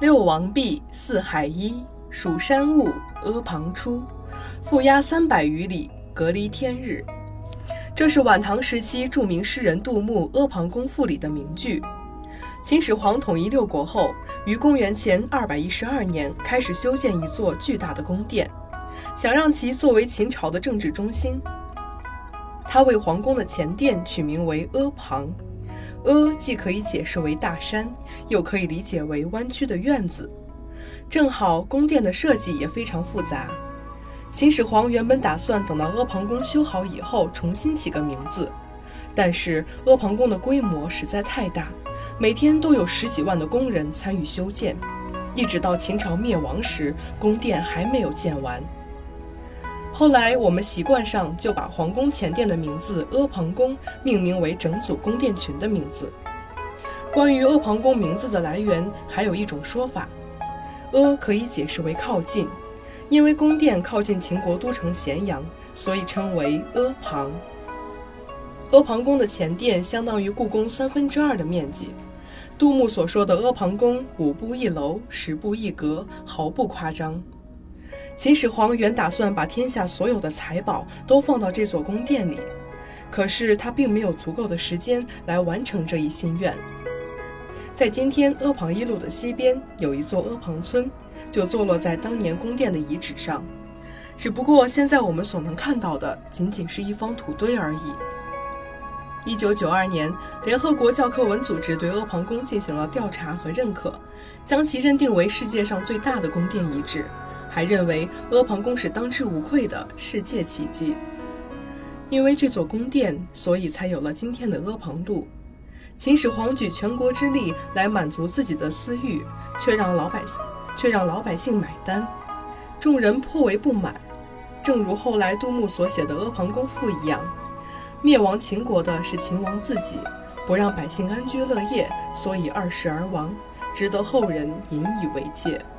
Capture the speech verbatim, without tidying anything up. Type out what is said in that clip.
六王毕，四海一，蜀山兀，阿房出，覆压三百余里，隔离天日。这是晚唐时期著名诗人杜牧《阿房宫赋》里的名句。秦始皇统一六国后，于公元前二百一十二年开始修建一座巨大的宫殿，想让其作为秦朝的政治中心。他为皇宫的前殿取名为阿房，阿既可以解释为大山，又可以理解为弯曲的院子。正好宫殿的设计也非常复杂。秦始皇原本打算等到阿房宫修好以后重新起个名字，但是阿房宫的规模实在太大，每天都有十几万的工人参与修建，一直到秦朝灭亡时，宫殿还没有建完。后来我们习惯上就把皇宫前殿的名字阿房宫命名为整组宫殿群的名字。关于阿房宫名字的来源，还有一种说法，阿可以解释为靠近，因为宫殿靠近秦国都城咸阳，所以称为阿房。阿房宫的前殿相当于故宫三分之二的面积。杜牧所说的阿房宫五步一楼，十步一阁，毫不夸张。秦始皇原打算把天下所有的财宝都放到这座宫殿里，可是他并没有足够的时间来完成这一心愿。在今天阿房一路的西边有一座阿房村，就坐落在当年宫殿的遗址上，只不过现在我们所能看到的仅仅是一方土堆而已。一九九二年，联合国教科文组织对阿房宫进行了调查和认可，将其认定为世界上最大的宫殿遗址，还认为阿房宫是当之无愧的世界奇迹。因为这座宫殿，所以才有了今天的阿房路。秦始皇举全国之力来满足自己的私欲，却让老百姓却让老百姓买单，众人颇为不满。正如后来杜牧所写的《阿房宫赋》一样，灭亡秦国的是秦王自己，不让百姓安居乐业，所以二世而亡，值得后人引以为戒。